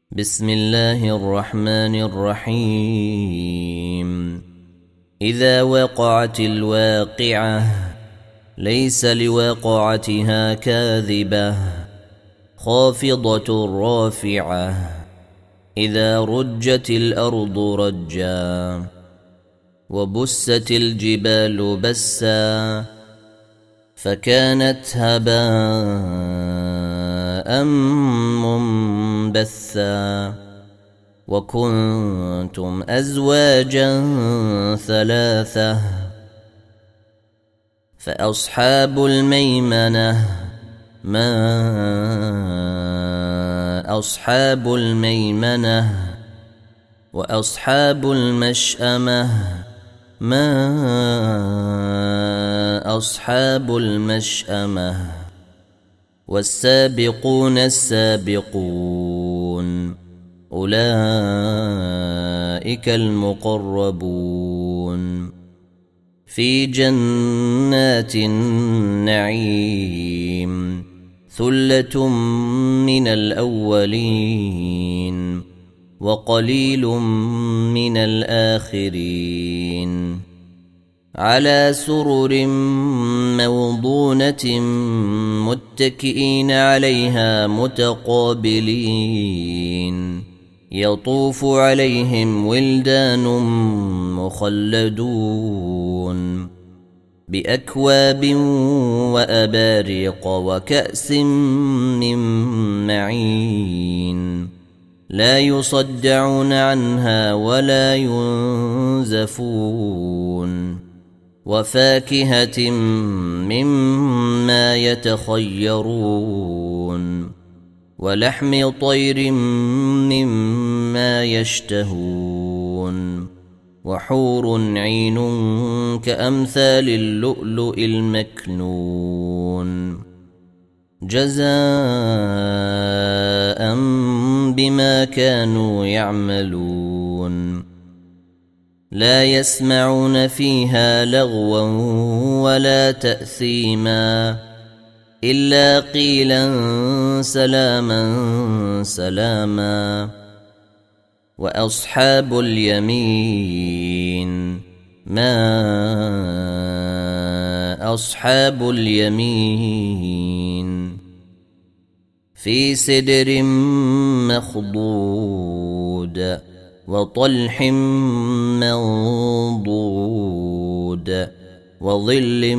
بسم الله الرحمن الرحيم. إذا وقعت الواقعة ليس لوقعتها كاذبة خافضة رافعة إذا رجت الأرض رجا وبست الجبال بسا فكانت هباء منبثا وكنتم أزواجا ثلاثة فأصحاب الميمنة ما أصحاب الميمنة وأصحاب المشأمة ما أصحاب المشأمة والسابقون السابقون أولئك المقربون في جنات النعيم ثلة من الأولين وقليل من الآخرين على سرر موضونة متكئين عليها متقابلين يطوف عليهم ولدان مخلدون بأكواب وأباريق وكأس من معين لا يصدعون عنها ولا ينزفون وفاكهة مما يتخيرون ولحم طير مما يشتهون وحور عين كأمثال اللؤلؤ المكنون جزاء بما كانوا يعملون لا يسمعون فيها لغوا ولا تأثيما إلا قيلا سلاما سلاما وأصحاب اليمين ما أصحاب اليمين في سدر مخضود وطلح منضود وظل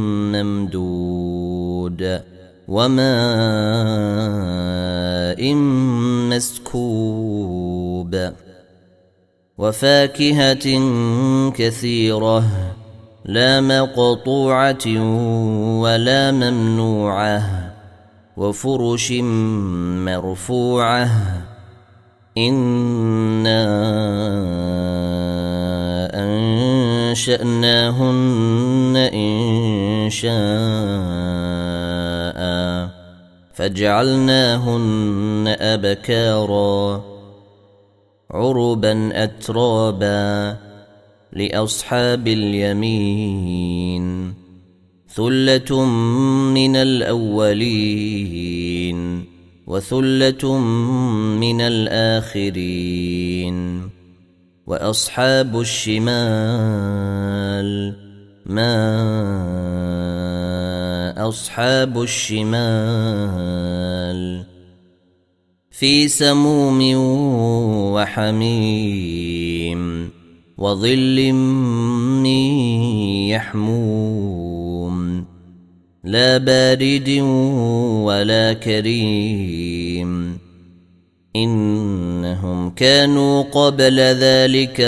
ممدود وماء مسكوب وفاكهة كثيرة لا مقطوعة ولا ممنوعة وفرش مرفوعة إنا أنشأناهن إنشاء فجعلناهن أبكارا عربا أترابا لأصحاب اليمين ثلة من الأولين وثلة من الآخرين وأصحاب الشمال ما أصحاب الشمال في سموم وحميم وظل من يحموم لا بارد ولا كريم إنهم كانوا قبل ذلك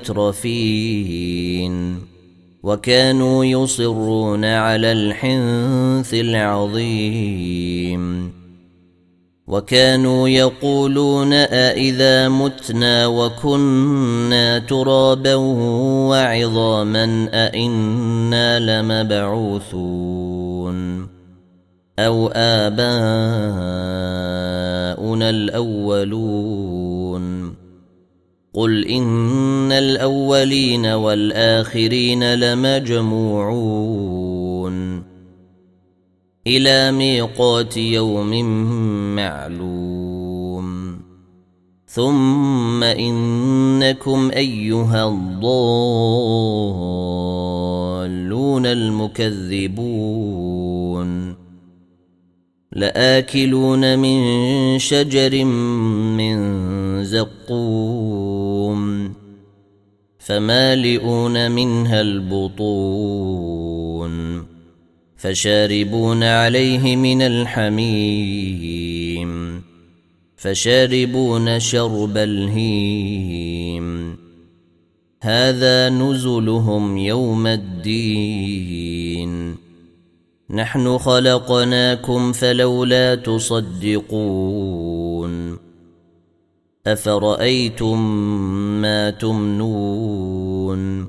مترفين وكانوا يصرون على الحنث العظيم وكانوا يقولون أإذا متنا وكنا ترابا وعظاما أإنا لمبعوثون أو آباؤنا الأولون قل إن الأولين والآخرين لمجموعون إلى ميقات يوم معلوم ثم إنكم أيها الضالون المكذبون لآكلون من شجر من زقوم فمالئون منها البطون فشاربون عليه من الحميم فشاربون شرب الهيم هذا نزلهم يوم الدين نحن خلقناكم فلولا تصدقون أفرأيتم ما تمنون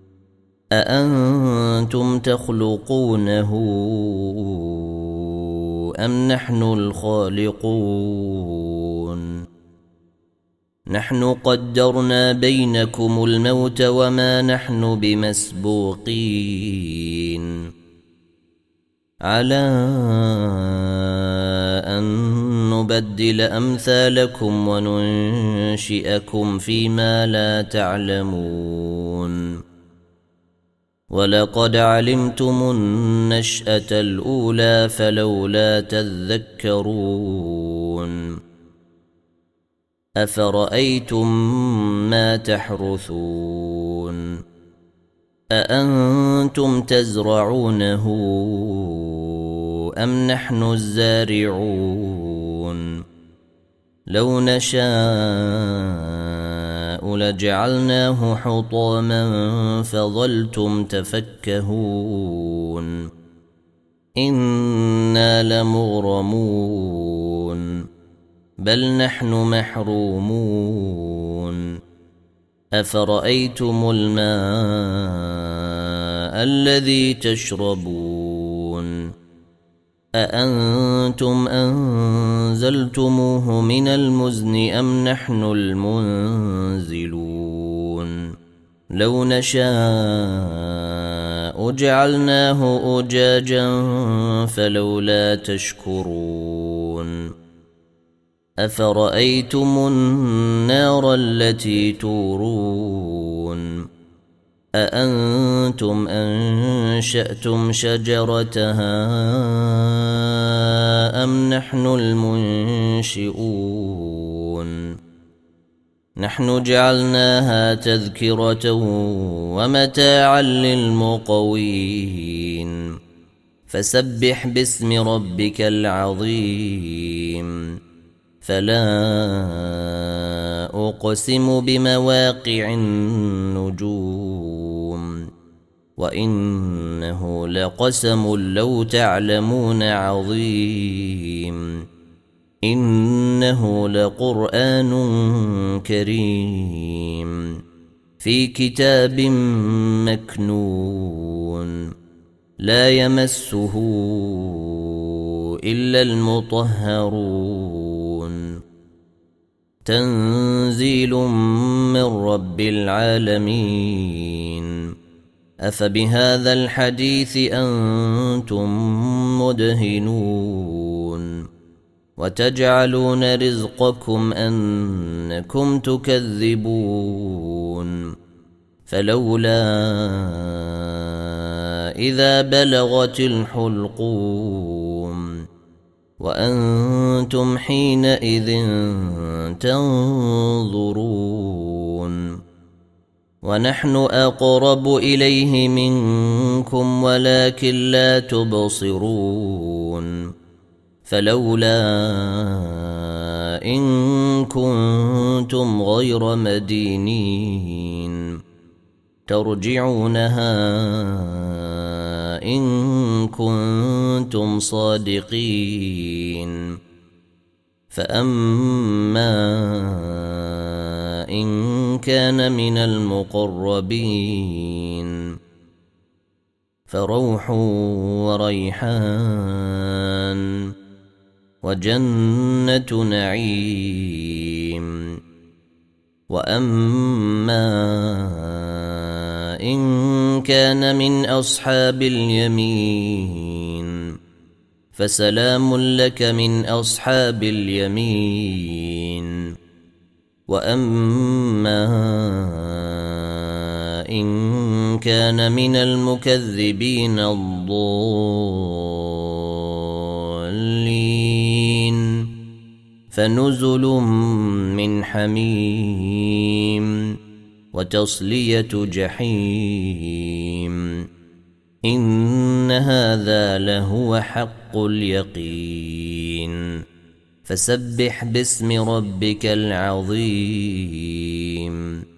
أأنتم تخلقونه أم نحن الخالقون نحن قدرنا بينكم الموت وما نحن بمسبوقين على أن نبدل أمثالكم وننشئكم فيما لا تعلمون ولقد علمتم النشأة الأولى فلولا تذكرون أفرأيتم ما تحرثون أأنتم تزرعونه أم نحن الزارعون لو نشاء لجعلناه حطاما فظلتم تفكهون إنا لمغرمون بل نحن محرومون أفرأيتم الماء الذي تشربون أأنتم أنزلتموه من المزن أم نحن المنزلون لو نشاء جعلناه أجاجا فلولا تشكرون أفرأيتم النار التي تورون أأنتم أنشأتم شجرتها أم نحن المنشئون نحن جعلناها تذكرة ومتاعا للمقوين فسبح باسم ربك العظيم فلا أقسم بمواقع النجوم وإنه لقسم لو تعلمون عظيم إنه لقرآن كريم في كتاب مكنون لا يمسه إلا المطهرون تنزيل من رب العالمين أفبهذا الحديث أنتم مدهنون وتجعلون رزقكم أنكم تكذبون فلولا إذا بلغت الحلقوم وأنتم حينئذ تنظرون ونحن أقرب إليه منكم ولكن لا تبصرون فلولا إن كنتم غير مدينين ترجعونها إن كنتم صادقين فأما إن كان من المقربين فروح وريحان وجنة نعيم وأما إن كان من أصحاب اليمين فسلام لك من أصحاب اليمين وأما إن كان من المكذبين الضالين فنزل من حميم وتصلية جحيم إن هذا لهو حق اليقين فسبح باسم ربك العظيم